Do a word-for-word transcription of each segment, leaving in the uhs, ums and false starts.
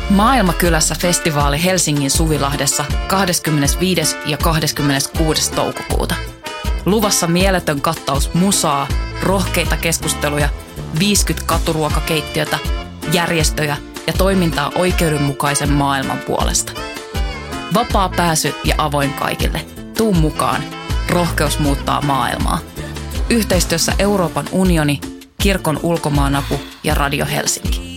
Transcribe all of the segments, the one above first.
Maailmakylässä festivaali Helsingin Suvilahdessa kahdeskymmenesviides ja kahdeskymmeneskuudes toukokuuta. Luvassa mieletön kattaus musaa, rohkeita keskusteluja, viisikymmentä katuruokakeittiötä, järjestöjä ja toimintaa oikeudenmukaisen maailman puolesta. Vapaa pääsy ja avoin kaikille. Tuu mukaan. Rohkeus muuttaa maailmaa. Yhteistyössä Euroopan unioni, Kirkon ulkomaanapu ja Radio Helsinki.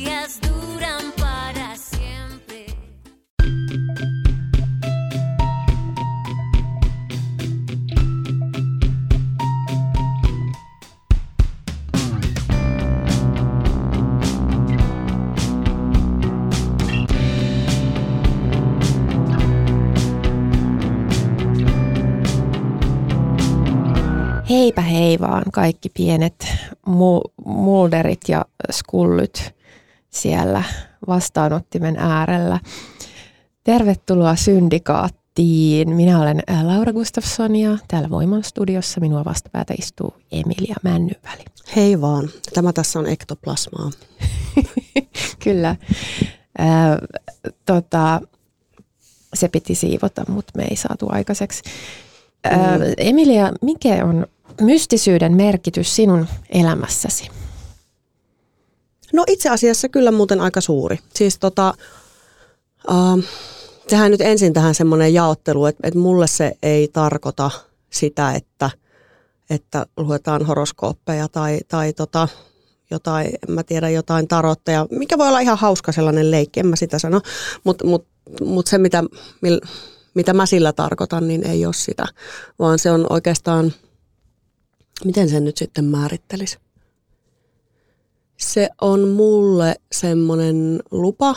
Heipä hei vaan kaikki pienet mu- mulderit ja skullyt siellä vastaanottimen äärellä. Tervetuloa Syndikaattiin. Minä olen Laura Gustafsson ja täällä Voiman studiossa minua vastapäätä istuu Emilia Männyväli. Hei vaan. Tämä tässä on ektoplasmaa. Kyllä. Äh, tota, se piti siivota, mutta me ei saatu aikaiseksi. Äh, mm. Emilia, mikä on mystisyyden merkitys sinun elämässäsi? No itse asiassa kyllä muuten aika suuri. Siis tota, äh, tehdään nyt ensin tähän semmoinen jaottelu, että, että mulle se ei tarkoita sitä, että, että luetaan horoskooppeja tai, tai tota, jotain, en mä tiedä, jotain tarotteja, mikä voi olla ihan hauska sellainen leikki, en mä sitä sano, mutta mut, mut se mitä, mil, mitä mä sillä tarkoitan, niin ei ole sitä, vaan se on oikeastaan, miten sen nyt sitten määrittelisi? Se on mulle semmoinen lupa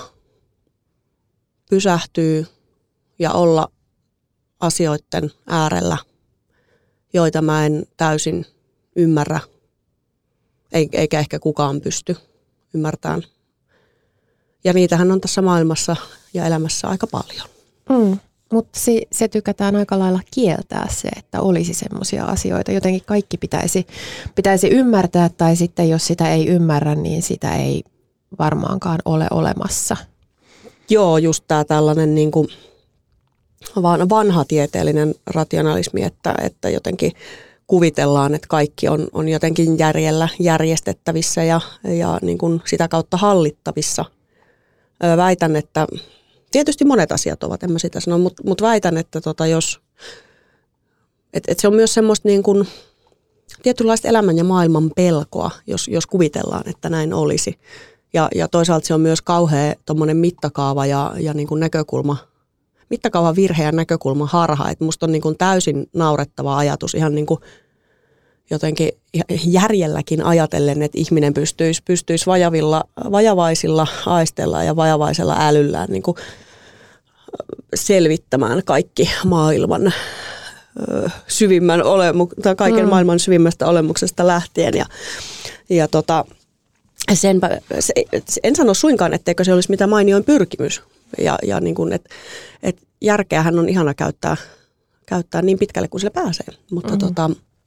pysähtyä ja olla asioiden äärellä, joita mä en täysin ymmärrä, eikä ehkä kukaan pysty ymmärtämään. Ja niitähän on tässä maailmassa ja elämässä aika paljon. Mm. Mutta se, se tykätään aika lailla kieltää se, että olisi semmoisia asioita. Jotenkin kaikki pitäisi, pitäisi ymmärtää, tai sitten jos sitä ei ymmärrä, niin sitä ei varmaankaan ole olemassa. Joo, just tämä tällainen niin kuin vanha tieteellinen rationalismi, että, että jotenkin kuvitellaan, että kaikki on, on jotenkin järjellä järjestettävissä ja, ja niin kuin sitä kautta hallittavissa. Väitän, että tietysti monet asiat ovat, en mä sitä sano, mutta mut väitän, että tota jos, et, et se on myös semmoista niin kuin tietynlaista elämän ja maailman pelkoa, jos, jos kuvitellaan, että näin olisi. Ja, ja toisaalta se on myös kauhea tommoinen mittakaava ja, ja niin kuin näkökulma, mittakaava virhe ja näkökulma harha. Että musta on niin kuin täysin naurettava ajatus ihan niin kuin jotenkin järjelläkin ajatellen, että ihminen pystyisi, pystyisi vajavilla, vajavaisilla aistella ja vajavaisella älyllään niin kuin selvittämään kaikki maailman ö, syvimmän olemu- tai kaiken mm. maailman syvimmästä olemuksesta lähtien. Ja, ja tota, senpä, se, en sano suinkaan, etteikö se olisi mitä mainioin pyrkimys. Ja, ja niin kuin, et, et järkeähän on ihana käyttää, käyttää niin pitkälle kuin sille pääsee. Mutta mm. tota,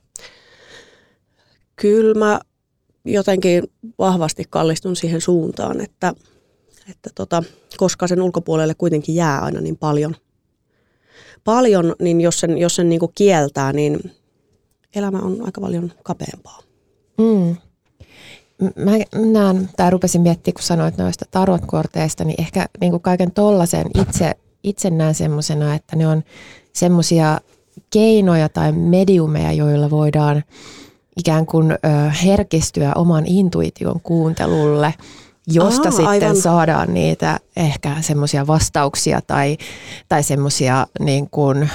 kyllä mä jotenkin vahvasti kallistun siihen suuntaan, että, että tota, koska sen ulkopuolelle kuitenkin jää aina niin paljon, paljon niin jos sen, jos sen niin kuin kieltää, niin elämä on aika paljon kapeampaa. Mm. Mä näen, tai rupesin miettimään, kun sanoit noista tarotkorteista, niin ehkä niin kuin kaiken tollaisen itse, itse näen semmosena, että ne on semmoisia keinoja tai mediumeja, joilla voidaan ikään kuin ö, herkistyä oman intuition kuuntelulle, josta Aa, sitten aivan. saadaan niitä ehkä semmoisia vastauksia tai, tai semmoisia niin kuin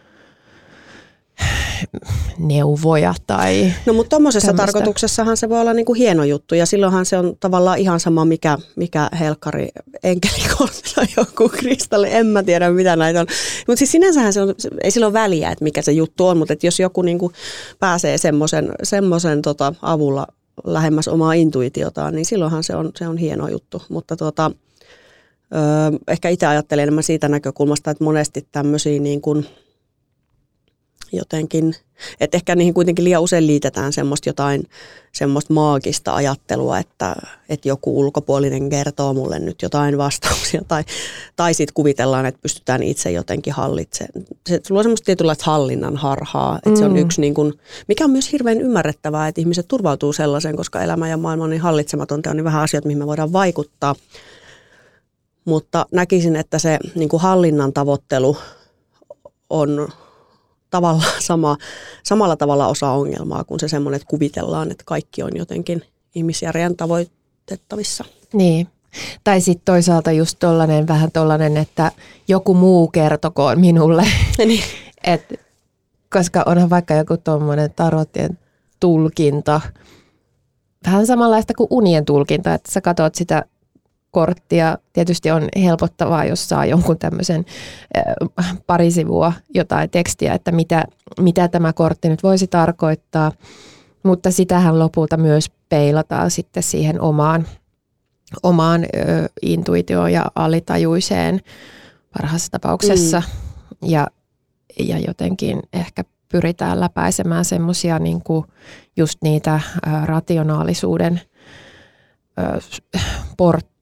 neuvoja tai no mutta tuommoisessa tarkoituksessahan se voi olla niinku hieno juttu ja silloinhan se on tavallaan ihan sama mikä, mikä helkkari, enkelikortti tai joku kristalli, en mä tiedä mitä näitä on. Mutta siis sinänsähän se on, ei sillä ole väliä, että mikä se juttu on, mutta jos joku niinku pääsee semmoisen, semmoisen tota avulla lähemmäs omaa intuitiotaan, niin silloinhan se on, se on hieno juttu. Mutta tota, ö, ehkä itse ajattelen enemmän siitä näkökulmasta, että monesti tämmöisiä niin kuin jotenkin, että ehkä niihin kuitenkin liian usein liitetään semmoista jotain semmoista maagista ajattelua, että, että joku ulkopuolinen kertoo mulle nyt jotain vastauksia tai, tai sitten kuvitellaan, että pystytään itse jotenkin hallitsemaan. Se luo semmoista tietynlaista hallinnan harhaa, että mm. se on yksi niin kuin, mikä on myös hirveän ymmärrettävää, että ihmiset turvautuu sellaiseen, koska elämä ja maailma on niin hallitsematonta, on niin vähän asioita, mihin me voidaan vaikuttaa. Mutta näkisin, että se niin kuin hallinnan tavoittelu on tavallaan sama, samalla tavalla osa ongelmaa kuin se semmoinen, että kuvitellaan, että kaikki on jotenkin ihmisjärjen tavoitettavissa. Niin. Tai sitten toisaalta just tollainen, vähän tollainen, että joku muu kertokoon minulle. Niin. Et, koska onhan vaikka joku tuommoinen tarottien tulkinta, vähän samanlaista kuin unien tulkinta, että sä katsot sitä korttia. Tietysti on helpottavaa, jos saa jonkun tämmöisen äh, pari sivua jotain tekstiä, että mitä, mitä tämä kortti nyt voisi tarkoittaa, mutta sitähän lopulta myös peilataan sitten siihen omaan, omaan ö, intuitioon ja alitajuiseen parhaassa tapauksessa mm. ja, ja jotenkin ehkä pyritään läpäisemään semmoisia niin kuin just niitä ö, rationaalisuuden ö, portteja.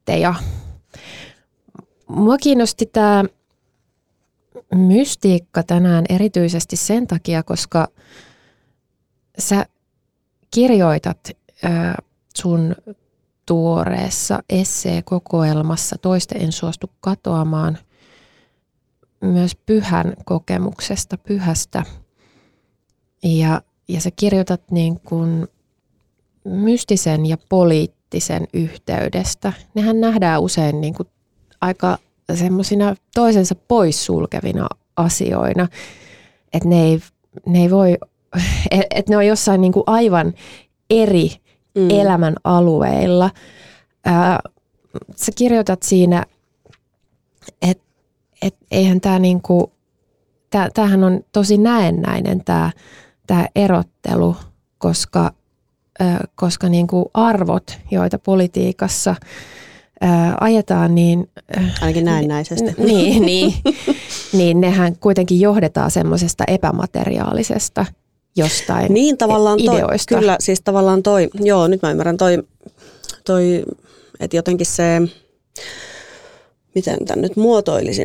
Mua kiinnosti tämä mystiikka tänään erityisesti sen takia, koska sä kirjoitat äh, sun tuoreessa esseekokoelmassa Toiste en suostu katoamaan myös pyhän kokemuksesta, pyhästä. Ja, ja sä kirjoitat niin kuin mystisen ja poliittisen yhteydestä. Nehän nähdään usein niin kuin aika semmoisina toisensa poissulkevina asioina, että ne ei, ne ei voi, että ne on jossain niin kuin aivan eri mm. elämän alueilla. Ää, sä kirjoitat siinä, että et eihän tämä niin kuin, tää, tämähän on tosi näennäinen tämä tää erottelu, koska koska niin kuin arvot, joita politiikassa ää, ajetaan, niin ainakin näennäisesti. Niin, niin, niin nehän kuitenkin johdetaan semmoisesta epämateriaalisesta jostain niin, tavallaan toi, ideoista. Kyllä, siis tavallaan toi, joo, nyt mä ymmärrän toi, toi että jotenkin se, miten tämän nyt muotoilisin,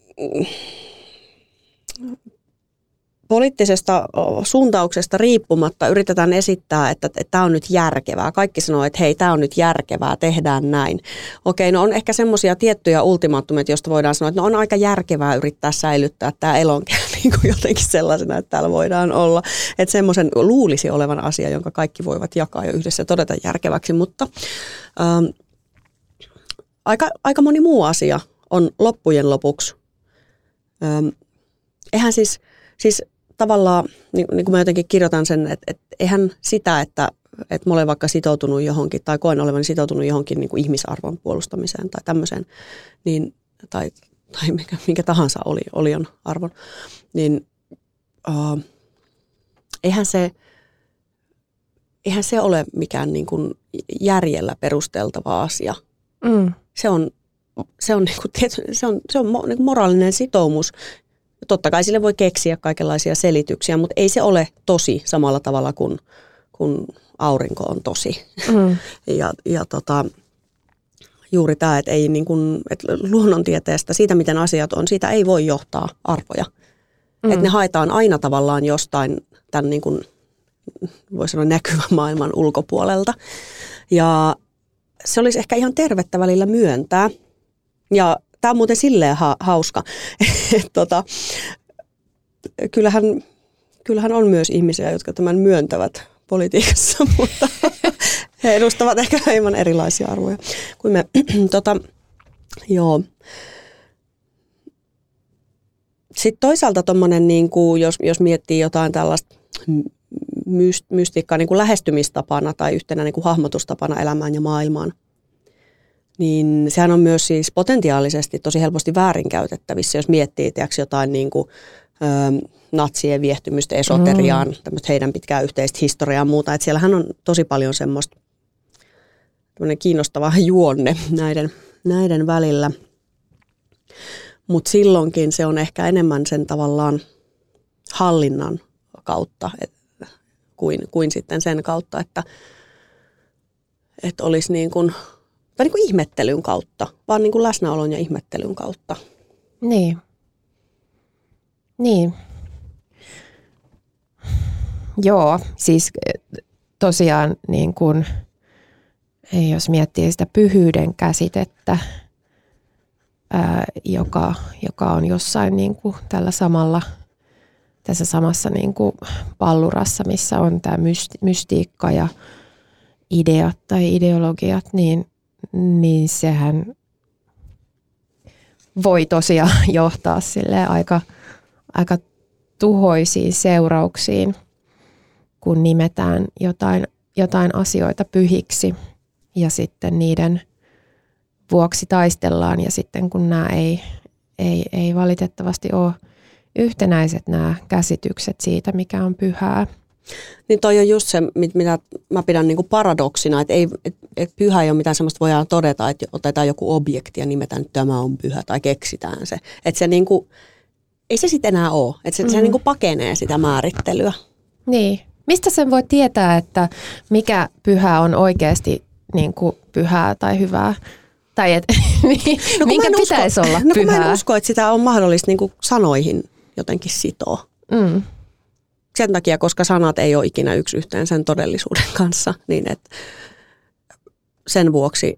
poliittisesta suuntauksesta riippumatta yritetään esittää, että tämä on nyt järkevää. Kaikki sanoo, että hei, tämä on nyt järkevää, tehdään näin. Okei, no on ehkä semmoisia tiettyjä ultimaattumeita, joista voidaan sanoa, että no on aika järkevää yrittää säilyttää tämä elonke niin kuin jotenkin sellaisena, että täällä voidaan olla. Että semmoisen luulisi olevan asia, jonka kaikki voivat jakaa ja yhdessä todeta järkeväksi, mutta ähm, aika, aika moni muu asia on loppujen lopuksi. Ähm, eihän siis, siis tavallaan, niin, niin kuin mä jotenkin kirjoitan sen, että, että eihän sitä, että, että mä olen vaikka sitoutunut johonkin tai koen olevan sitoutunut johonkin niin kuin ihmisarvon puolustamiseen tai tämmöiseen, niin, tai, tai mikä, minkä tahansa oli, olion arvon, niin uh, eihän, se, eihän se ole mikään niin kuin järjellä perusteltava asia. Mm. Se on, se on, niin kuin, se on, se on niin kuin moraalinen sitoumus. Totta kai sille voi keksiä kaikenlaisia selityksiä, mutta ei se ole tosi samalla tavalla kuin, kuin aurinko on tosi. Mm. ja, ja tota, juuri tämä, että, ei niin kuin, että luonnontieteestä, siitä miten asiat on, siitä ei voi johtaa arvoja. Mm. Että ne haetaan aina tavallaan jostain tämän niin kuin, voi sanoa näkyvän maailman ulkopuolelta. Ja se olisi ehkä ihan tervettä välillä myöntää. Ja tämä on muuten silleen ha- hauska, että tota, kyllähän, kyllähän on myös ihmisiä, jotka tämän myöntävät politiikassa, mutta he edustavat ehkä hieman erilaisia arvoja kuin me. tota, joo. Sitten toisaalta tommonen, niin kuin, jos, jos miettii jotain tällaista mystiikkaa niin kuin lähestymistapana tai yhtenä niin kuin hahmotustapana elämään ja maailmaan, niin sehän on myös siis potentiaalisesti tosi helposti väärinkäytettävissä, jos miettii tiiäks, jotain niin kuin, ö, natsien viehtymystä esoteriaan, mm. tämmöistä heidän pitkää yhteistä historiaa ja muuta. Että siellähän on tosi paljon semmoista kiinnostava juonne näiden, näiden välillä. Mutta silloinkin se on ehkä enemmän sen tavallaan hallinnan kautta et, kuin, kuin sitten sen kautta, että et olisi niin kuin, tai niin kuin ihmettelyn kautta, vaan niin kuin läsnäolon ja ihmettelyn kautta. Niin. Niin. Joo, siis tosiaan niin kuin, jos miettii sitä pyhyyden käsitettä, ää, joka, joka on jossain niin kuin tällä samalla, tässä samassa niin kuin pallurassa, missä on tämä mystiikka ja ideat tai ideologiat, niin, niin sehän voi tosiaan johtaa silleen aika, aika tuhoisiin seurauksiin, kun nimetään jotain, jotain asioita pyhiksi ja sitten niiden vuoksi taistellaan ja sitten kun nämä ei, ei, ei valitettavasti ole yhtenäiset nämä käsitykset siitä, mikä on pyhää. Niin toi on just se, mitä mä pidän niinku paradoksina, että ei, et, et pyhä ei ole mitään sellaista, voidaan todeta, että otetaan joku objekti ja nimetään, että tämä on pyhä tai keksitään se. Että se niinku, ei se sitten enää ole, että se, mm. se niinku pakenee sitä määrittelyä. Niin. Mistä sen voi tietää, että mikä pyhä on oikeasti niinku pyhää tai hyvää? Tai et, no, minkä pitäisi usko, olla no, pyhää? No kun mä en usko, että sitä on mahdollista niinku sanoihin jotenkin sitoa. Mm. Sen takia, koska sanat ei ole ikinä yksi yhteen sen todellisuuden kanssa, niin että sen vuoksi,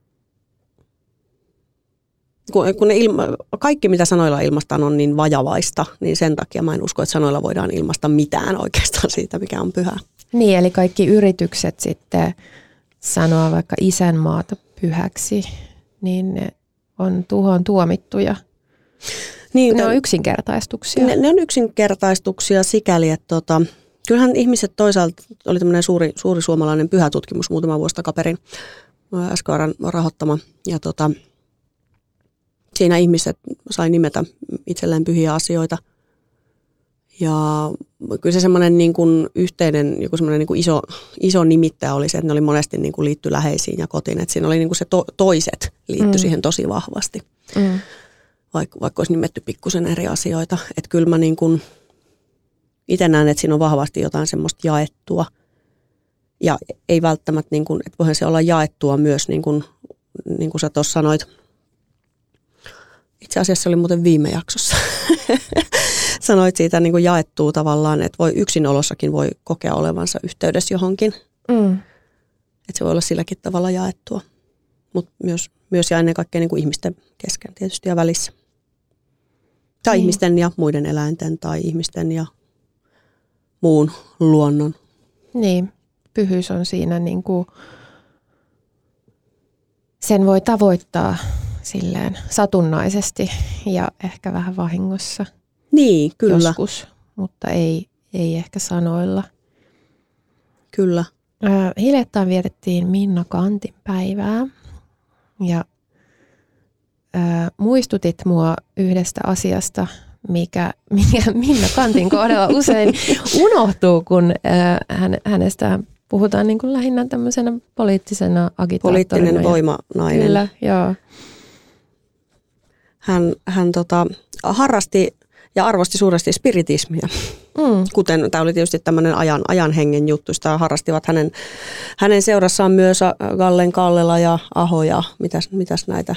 kun, kun ne ilma, kaikki mitä sanoilla ilmaistaan on niin vajavaista, niin sen takia mä en usko, että sanoilla voidaan ilmaista mitään oikeastaan siitä, mikä on pyhää. Niin, eli kaikki yritykset sitten sanoa vaikka isänmaata pyhäksi, niin ne on tuhoon tuomittuja. Niin, ne on yksinkertaistuksia. Ne, ne on yksinkertaistuksia sikäli, että tota, kyllähän ihmiset toisaalta, oli tämmöinen suuri, suuri suomalainen pyhätutkimus muutama vuosi takaperin, S K R:n rahoittama, ja tota, siinä ihmiset sai nimetä itselleen pyhiä asioita. Ja kyllä se semmoinen niin kuin yhteinen, joku semmoinen niin kuin iso, iso nimittäjä oli se, että ne oli monesti niin kuin liitty läheisiin ja kotiin, että siinä oli niin kuin se to, toiset liittyi mm. siihen tosi vahvasti. Mm. Vaikka, vaikka olisi nimetty pikkusen eri asioita. Että kyllä mä niin kuin itse näen, että siinä on vahvasti jotain semmoista jaettua. Ja ei välttämättä, niin kuin, että voihan se olla jaettua myös, niin kuin, niin kuin sä tuossa sanoit. Itse asiassa oli muuten viime jaksossa. Sanoit siitä niin kuin jaettua tavallaan, että voi yksinolossakin voi kokea olevansa yhteydessä johonkin. Mm. Että se voi olla silläkin tavalla jaettua. Mutta myös, myös ja ennen kaikkea niin kuin ihmisten kesken tietysti ja välissä. Tai niin. Ihmisten ja muiden eläinten tai ihmisten ja muun luonnon. Niin, pyhyys on siinä niin kuin, sen voi tavoittaa silleen satunnaisesti ja ehkä vähän vahingossa. Niin, kyllä. Joskus, mutta ei, ei ehkä sanoilla. Kyllä. Äh, hiljattain vietettiin Minna Kantin päivää ja äh, muistutit mua yhdestä asiasta, mikä, mikä Minna Kantin kohdalla usein unohtuu, kun äh, hän, hänestä puhutaan niin kuin lähinnä tämmöisenä poliittisena agitaattorina. Poliittinen voimanainen. Kyllä, joo. Hän, hän tota, harrasti ja arvosti suuresti spiritismia. Mm. Kuten tämä oli tietysti tämmöinen ajan, ajan hengen juttu. Sitä harrastivat hänen, hänen seurassaan myös Gallen Kallela ja Aho ja mitäs, mitäs näitä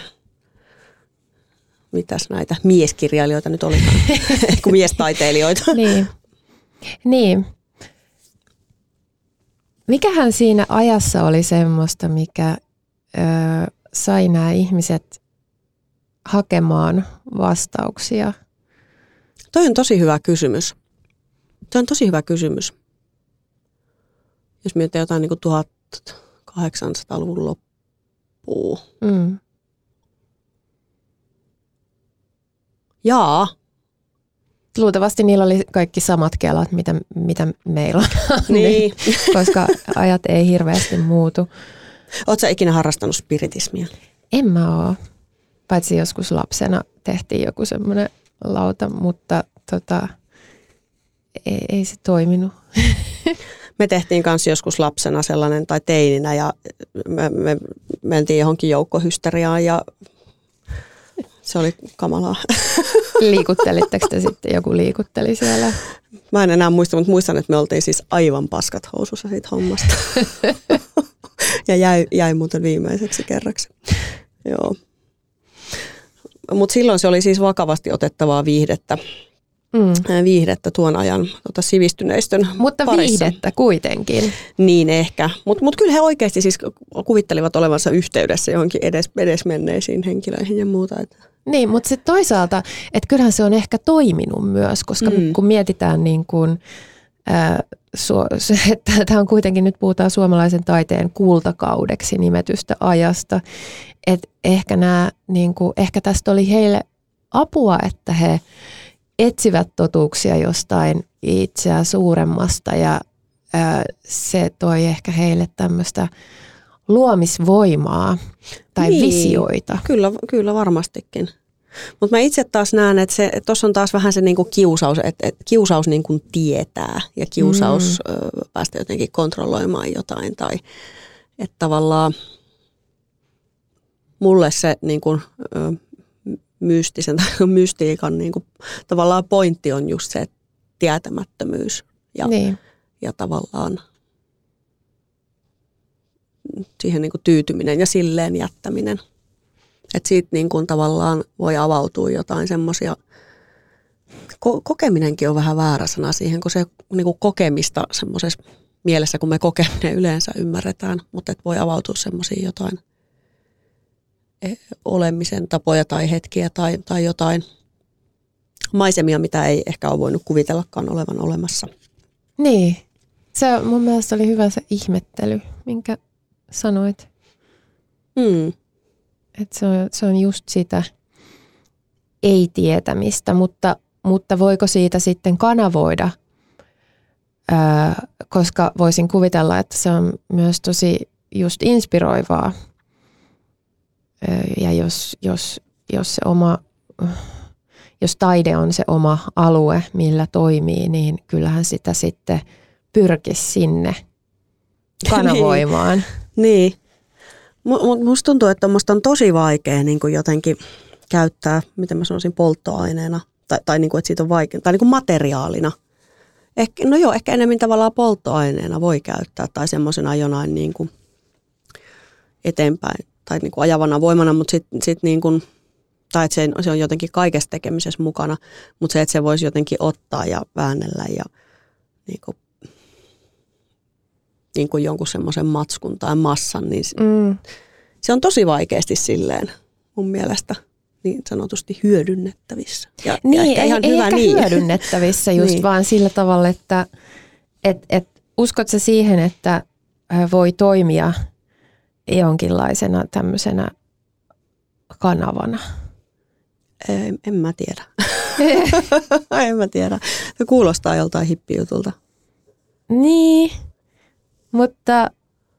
mitäs näitä mieskirjailijoita nyt olikaan, kuin miestaiteilijoita. Niin. niin. Mikähän siinä ajassa oli semmoista, mikä ö, sai nämä ihmiset hakemaan vastauksia? Toi on tosi hyvä kysymys. Toi on tosi hyvä kysymys. Jos mietitään jotain niin kuin tuhatkahdeksansataaluvun loppua. Mm. Jaa. Luultavasti niillä oli kaikki samat kelat, mitä, mitä meillä on, niin. koska ajat ei hirveästi muutu. Oletko sä ikinä harrastanut spiritismia? En mä ole. Paitsi joskus lapsena tehtiin joku semmoinen lauta, mutta tota, ei, ei se toiminut. Me tehtiin kanssa joskus lapsena sellainen tai teininä ja me, me mentiin johonkin joukkohysteriaan ja Se oli kamalaa. Liikuttelitteko te sitten? Joku liikutteli siellä? Mä en enää muista, mutta muistan, että me oltiin siis aivan paskat housussa siitä hommasta. Ja jäi, jäi muuten viimeiseksi kerraksi. Joo. Mutta silloin se oli siis vakavasti otettavaa viihdettä. Mm. Viihdettä tuon ajan tota, sivistyneistön Mutta parissa. Viihdettä kuitenkin. Niin ehkä. Mutta mut kyllä he oikeasti siis kuvittelivat olevansa yhteydessä johonkin edes, edesmenneisiin henkilöihin ja muuta. Että. Niin, mutta sitten toisaalta, että kyllähän se on ehkä toiminut myös, koska mm. kun mietitään niin kuin, ää, su- se, että tämä on kuitenkin, nyt puhutaan suomalaisen taiteen kultakaudeksi nimetystä ajasta, että ehkä, nämä, niin kuin, ehkä tästä oli heille apua, että he etsivät totuuksia jostain itseä suuremmasta ja ää, se toi ehkä heille tämmöistä luomisvoimaa tai niin, visioita. Kyllä, kyllä varmastikin. Mutta mä itse taas näen, että tuossa on taas vähän se niinku kiusaus, että et kiusaus niinku tietää ja kiusaus mm. ö, päästä jotenkin kontrolloimaan jotain. Tai että tavallaan mulle se niinku, ö, mystisen tai mystiikan niinku, tavallaan pointti on just se tietämättömyys ja, niin. ja tavallaan siihen niin kuin tyytyminen ja silleen jättäminen. Että siitä niin kuin tavallaan voi avautua jotain semmoisia, ko- kokeminenkin on vähän väärä sana siihen, kun se niin kuin kokemista semmoisessa mielessä, kun me kokeminen yleensä ymmärretään, mutta että voi avautua semmoisia jotain olemisen tapoja tai hetkiä tai, tai jotain maisemia, mitä ei ehkä ole voinut kuvitellakaan olevan olemassa. Niin, se mun mielestä oli hyvä se ihmettely, minkä sanoit. Mm. Että se on, se on just sitä ei-tietämistä, mutta, mutta voiko siitä sitten kanavoida, ää, koska voisin kuvitella, että se on myös tosi just inspiroivaa. Ää, ja jos, jos, jos, se oma, jos taide on se oma alue, millä toimii, niin kyllähän sitä sitten pyrkisi sinne kanavoimaan. Niin. M- musta tuntuu, että musta on tosi vaikea niin kuin jotenkin käyttää, miten mä sanoisin, polttoaineena. Tai, tai niin kuin, että siitä on vaikea, tai niin kuin materiaalina. Ehkä, no joo, ehkä enemmän tavallaan polttoaineena voi käyttää. Tai semmoisena jonain niin kuin eteenpäin. Tai niin kuin ajavana voimana, mutta sitten sit niin kuin, tai että se, se on jotenkin kaikessa tekemisessä mukana. Mutta se, että se voisi jotenkin ottaa ja väännellä ja niin kuin niin kuin jonkun semmoisen matskun tai massan, niin mm. se on tosi vaikeasti silleen mun mielestä niin sanotusti hyödynnettävissä. Ja, niin, ja ehkä ei, ihan ei hyvä ehkä niin. hyödynnettävissä just niin. Vaan sillä tavalla, että et, et, uskot sä siihen, että voi toimia jonkinlaisena tämmöisenä kanavana? En, en mä tiedä. en mä tiedä. Se kuulostaa joltain hippijutulta. Niin. Mutta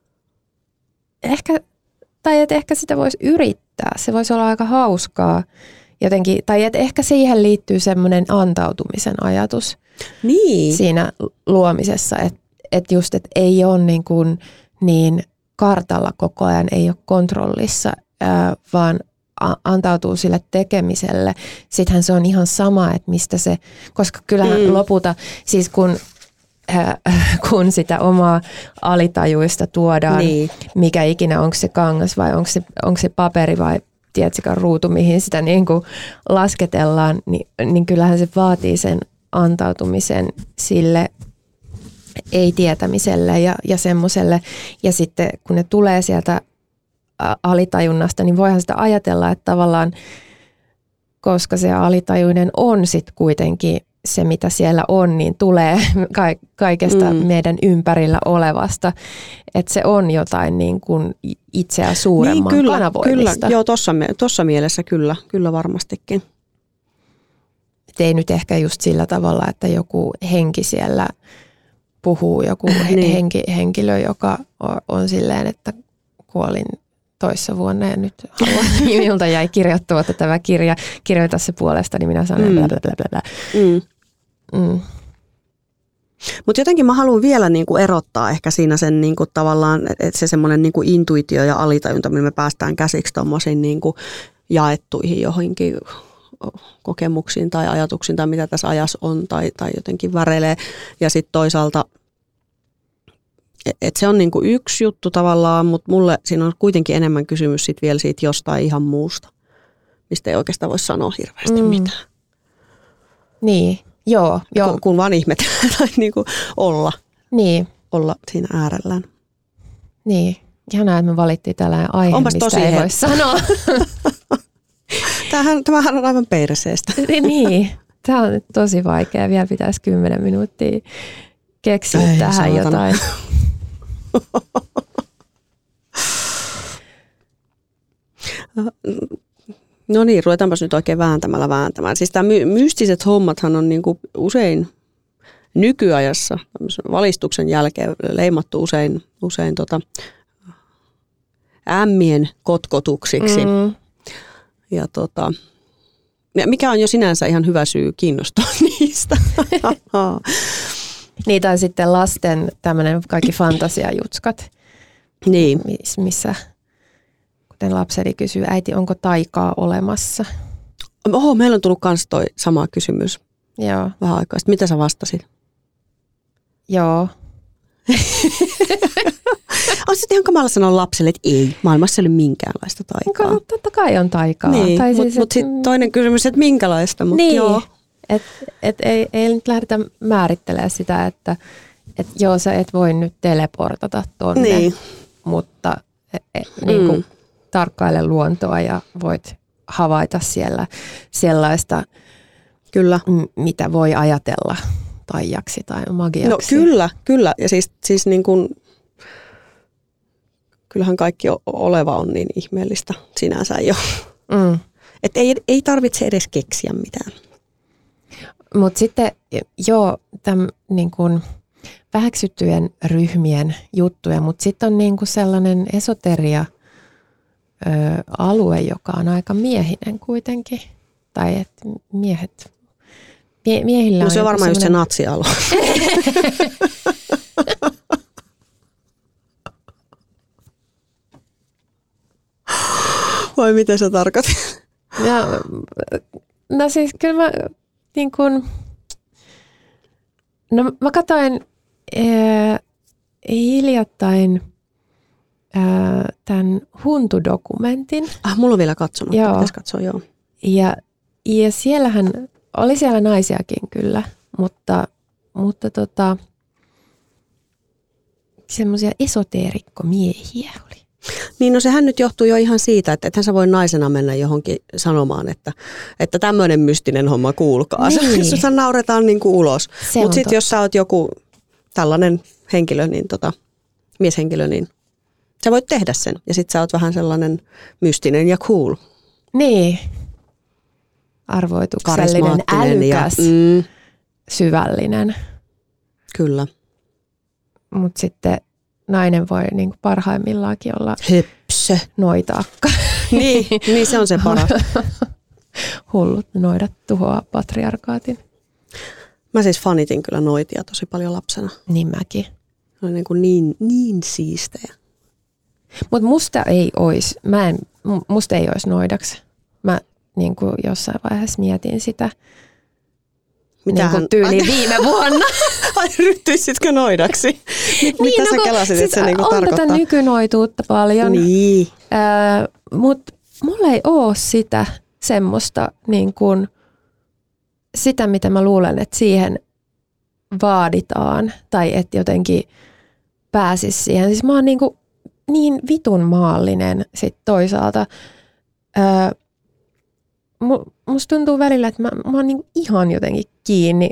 ehkä, tai että ehkä sitä voisi yrittää. Se voisi olla aika hauskaa jotenkin. Tai että ehkä siihen liittyy semmoinen antautumisen ajatus niin. siinä luomisessa. Että et just, että ei ole niin, kuin niin kartalla koko ajan, ei ole kontrollissa, ää, vaan a- antautuu sille tekemiselle. Sittenhän se on ihan sama, että mistä se, koska kyllähän mm. lopulta, siis kun kun sitä omaa alitajuista tuodaan, niin. Mikä ikinä, onko se kangas vai onko se, onko se paperi vai tiedätkö, ruutu, mihin sitä niin kuin lasketellaan, niin, niin kyllähän se vaatii sen antautumisen sille ei-tietämiselle ja, ja semmoiselle. Ja sitten kun ne tulee sieltä alitajunnasta, niin voihan sitä ajatella, että tavallaan, koska se alitajuinen on sitten kuitenkin se, mitä siellä on, niin tulee kaikesta mm. meidän ympärillä olevasta. Että se on jotain niin kuin itseä suuremman niin, kyllä, kanavoimista. Kyllä, joo, tuossa, tuossa mielessä kyllä, kyllä varmastikin. Et ei nyt ehkä just sillä tavalla, että joku henki siellä puhuu, joku niin. henki, henkilö, joka on silleen, että kuolin toissa vuonna ja nyt haluan, minulta jäi kirjoittua tämä kirja, kirjoita se puolesta, niin minä sanon mm. bla bla bla bla. Mm. Mm. Mutta jotenkin mä haluan vielä niinku erottaa ehkä siinä sen niinku tavallaan, että se semmoinen niinku intuitio ja alitajunta, millä me päästään käsiksi tommosiin niinku jaettuihin johonkin kokemuksiin tai ajatuksiin tai mitä tässä ajassa on tai, tai jotenkin värelee. Ja sitten toisaalta, että se on niinku yksi juttu tavallaan, mutta mulle siinä on kuitenkin enemmän kysymys sit vielä siitä jostain ihan muusta, mistä ei oikeastaan voi sanoa hirveästi mm. mitään. Niin, joo. joo. Kun, kun vaan ihmetellä tai niinku olla, niin. olla siinä äärellään. Niin, ihanaa, että me valittiin tällainen aihe, onpas mistä tosi ei he... voi sanoa. Tämähän, tämähän on aivan perseestä. Niin, tämä on tosi vaikea. Vielä pitäisi kymmenen minuuttia keksiä ei, tähän saatana. Jotain. No niin, ruvetaanpas nyt oikein vääntämällä vääntämään. Siis tämä my- mystiset hommathan on niinku usein nykyajassa valistuksen jälkeen leimattu usein, usein tota, ämmien kotkotuksiksi. Mm. Ja tota, mikä on jo sinänsä ihan hyvä syy kiinnostua niistä. Niitä on sitten lasten tämmöinen kaikki fantasiajutskat, niin. missä, kuten lapseni kysyy, äiti, onko taikaa olemassa? Oho, meillä on tullut myös toi sama kysymys. Joo. Vähän aikaa sitten. Mitä sä vastasit? Joo. On sitten ihan kamala sanoa lapselle, että ei, maailmassa ei ole minkäänlaista taikaa. No, totta kai on taikaa. Niin, tai mutta siis, mut sitten toinen kysymys, että minkälaista. Mut niin, joo. että et ei, ei nyt lähdetä määrittelemään sitä, että et joo, sä et voi nyt teleportata tonne, niin. mutta e, e, niin kuin, mm. tarkkaile luontoa ja voit havaita siellä sellaista, kyllä. M- mitä voi ajatella taiaksi tai magiaksi. No kyllä, kyllä. Ja siis, siis niin kuin, kyllähän kaikki oleva on niin ihmeellistä sinänsä jo. Mm. Että ei, ei tarvitse edes keksiä mitään. Mutta sitten joo, täm, niin kun väheksyttyjen ryhmien juttuja, mutta sitten on niin kun sellainen esoteria ö, alue, joka on aika miehinen kuitenkin. Tai että miehet, mie, miehillä on no se on varmaan just se sellainen... natsialue. Vai mitä sä tarkoitit? No, no siis kyllä mä niin kun, no mä katsoin ää, hiljattain ää, tämän Huntu-dokumentin. Ah, mulla on vielä katsomatta, joo. Pitäisi katsoa, joo. Ja, ja siellähän, oli siellä naisiakin kyllä, mutta, mutta tota, semmoisia esoteerikkomiehiä oli. Niin no sehän nyt johtuu jo ihan siitä, että ethän sä voi naisena mennä johonkin sanomaan, että, että tämmöinen mystinen homma kuulkaa. Niin. Sä nauretaan niin kuin ulos. Mutta sitten jos sä oot joku tällainen henkilö, niin tota, mieshenkilö, niin sä voit tehdä sen. Ja sit sä oot vähän sellainen mystinen ja cool. Niin. Arvoituksellinen, älykäs, ja, mm, syvällinen. Kyllä. Mutta sitten nainen voi niin kuin parhaimmillaankin olla höpsö, noitaakka. Niin, niin se on se paras. Hullut noidat tuhoaa patriarkaatin. Mä siis fanitin kyllä noitia tosi paljon lapsena. Niin mäkin. Ne on niin, kuin niin, niin siistejä. Mutta musta ei ois, mä en, musta ei ois noidaksi. Mä niin kuin jossain vaiheessa mietin sitä. Niin kuin tyyliin viime vuonna. Ai ryhtyisitkö noidaksi? Mit, niin, mitä no, sä kelasit, että se niinku tarkoittaa? On tätä nykynoituutta paljon. Niin. Äh, Mutta mulla ei ole sitä semmoista, niin kuin, sitä mitä mä luulen, että siihen vaaditaan. Tai että jotenkin pääsisi siihen. Siis mä oon niin, kuin, niin vitun maallinen sit toisaalta. Äh, Musta tuntuu välillä, että mä, mä oon niinku ihan jotenkin kiinni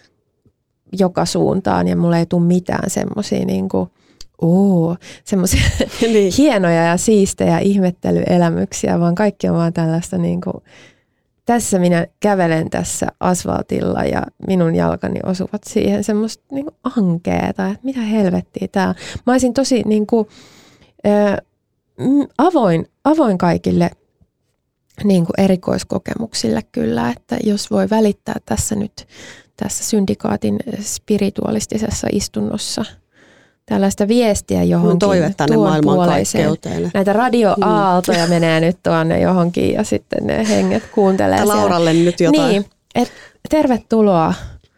joka suuntaan ja mulla ei tule mitään semmosia niinku, oo, semmosia niin. hienoja ja siistejä ihmettelyelämyksiä, vaan kaikki on vaan tällaista niinku, tässä minä kävelen tässä asfaltilla ja minun jalkani osuvat siihen semmoista niinku ankeeta, että mitä helvettiä tää on. Mä olisin tosi niinku, ä, avoin, avoin kaikille niin kuin erikoiskokemuksille kyllä, että jos voi välittää tässä nyt tässä syndikaatin spiritualistisessa istunnossa tällaista viestiä johonkin toive tänne maailmankaikkeuteen. Näitä radioaaltoja mm. menee nyt tuonne johonkin ja sitten ne henget kuuntelee siellä. Lauralle nyt jotain. Niin, et, tervetuloa.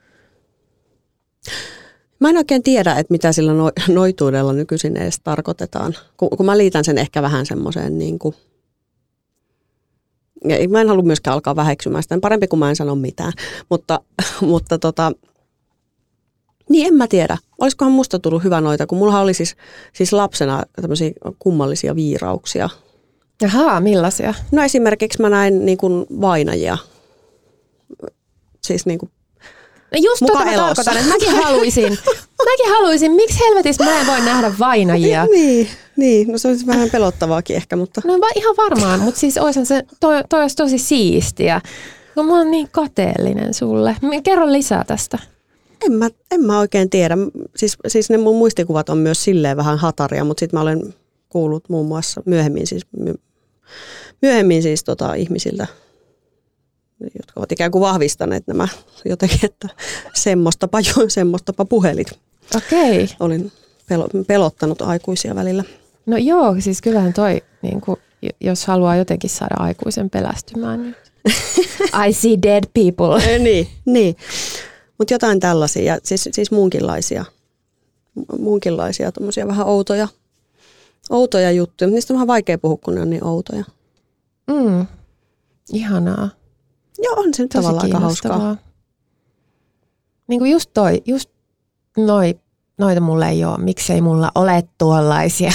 Mä en oikein tiedä, että mitä sillä no, noituudella nykyisin edes tarkoitetaan, kun, kun mä liitän sen ehkä vähän semmoiseen niin kuin, mä en halua myöskään alkaa väheksymään sitä, parempi kuin mä en sano mitään, mutta, mutta tota, niin en mä tiedä, olisikohan musta tullut hyvä noita, kun mulla oli siis, siis lapsena tämmöisiä kummallisia viirauksia. Ahaa, millaisia? No esimerkiksi mä näin niin kuin vainajia, siis niin kuin no just tota mä tarkoitan, että mäkin haluaisin, mäkin haluaisin, miksi helvetissä mä en voi nähdä vainajia? Niin, niin, no se olisi vähän pelottavaakin ehkä, mutta. No ihan varmaan, mutta siis oishan se, toi, toi olisi tosi siistiä. No mä oon niin kateellinen sulle. Kerro lisää tästä. En mä, en mä oikein tiedä. Siis, siis ne mun muistikuvat on myös silleen vähän hataria, mutta sitten mä olen kuullut muun muassa myöhemmin siis, myöhemmin siis tota ihmisiltä, jotka ovat ikään kuin vahvistaneet nämä jotenkin, että semmostapa, semmostapa puhelit. Okei. Olin pelottanut aikuisia välillä. No joo, siis kyllähän toi, niin kuin, jos haluaa jotenkin saada aikuisen pelästymään, niin I see dead people. niin, niin. Mutta jotain tällaisia, siis, siis muunkinlaisia, muunkinlaisia tommosia vähän outoja, outoja juttuja. Niistä on vähän vaikea puhua, kun ne on niin outoja. Mm, ihanaa. Joo, on se nyt tavallaan aika hauskaa. Niin kuin just toi, just noi, noita mulle ei ole. Miksei mulla ole tuollaisia?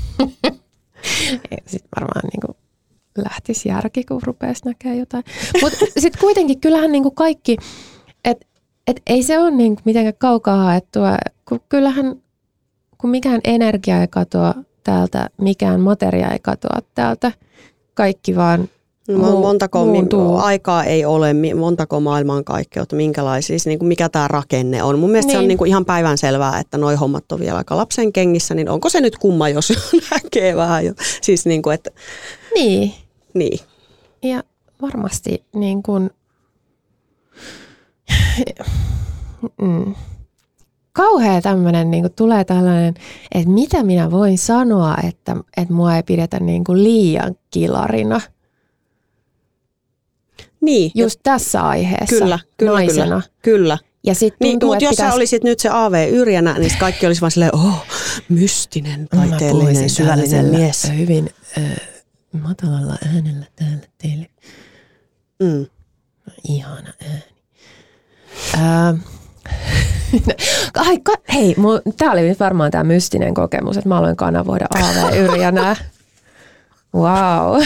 Sitten varmaan niin kuin lähtisi järki, kun rupeaisi näkemään jotain. Mutta sitten kuitenkin kyllähän niin kuin kaikki, että et ei se ole niin kuin mitenkään kaukaa haettua. Kun kyllähän, kun mikään energia ei katoa täältä, mikään materia ei katoa täältä, kaikki vaan No, montako muuntuu. Aikaa ei ole, montako maailmankaikkeutta, minkälaisia, siis niin kuin mikä tämä rakenne on. Mun mielestä niin. Se on niin kuin ihan päivänselvää, että noi hommat on vielä aika lapsen kengissä, niin onko se nyt kumma, jos näkee vähän jo. Siis niin kuin, että. Niin. Niin. Ja varmasti niin kuin, mm. kauhea tämmöinen, niin kuin tulee tällainen, että mitä minä voin sanoa, että, että mua ei pidetä niin kuin liian kilarina. Niin. Just tässä aiheessa kyllä, kyllä, naisena. Kyllä, kyllä. Ja sit tuntuu, niin, mutta jos pitäisi. Sä olisit nyt se A V-yrjänä, niin kaikki olisi vaan silleen, oh, mystinen, taiteellinen, syvällinen mies. Hyvin äh, matalalla äänellä täällä teille. Mm. Ihana ääni. Äh, Ai, ka- hei, tämä oli nyt varmaan tämä mystinen kokemus, että mä aloin kanavoida A V-yrjänää. Wow.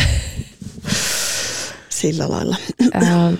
Sillä lailla. Äh,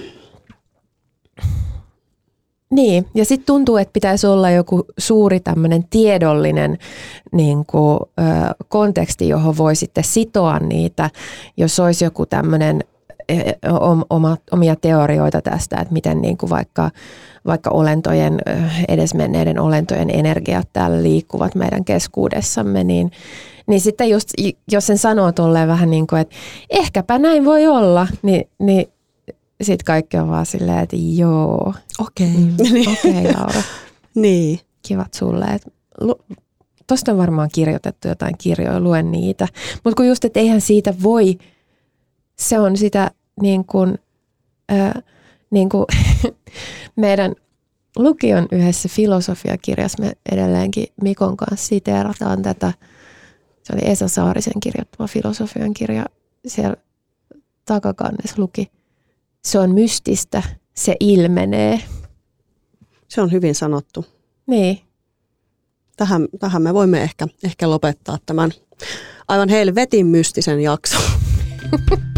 niin, ja sitten tuntuu, että pitäisi olla joku suuri tämmöinen tiedollinen niin kuin, äh, konteksti, johon voi sitten sitoa niitä, jos olisi joku tämmöinen Oma, omia teorioita tästä, että miten niin kuin vaikka, vaikka olentojen, edesmenneiden olentojen energiat täällä liikkuvat meidän keskuudessamme, niin, niin sitten just, jos sen sanoo tolleen vähän niin kuin, että ehkäpä näin voi olla, niin, niin sitten kaikki on vaan silleen, että joo. Okei. Okay. Mm, okei, okay, Laura. Niin. Kivat sulle. Tuosta on varmaan kirjoitettu jotain kirjoja, luen niitä. Mutta kun just, että eihän siitä voi, se on sitä niin kuin, äh, niin kuin meidän lukion yhdessä filosofiakirjassa me edelleenkin Mikon kanssa siteerataan tätä. Se oli Esa Saarisen kirjoittama filosofian kirja. Siellä takakannessa luki, se on mystistä, se ilmenee. Se on hyvin sanottu. Niin. Tähän, tähän me voimme ehkä, ehkä lopettaa tämän aivan helvetin mystisen jakson.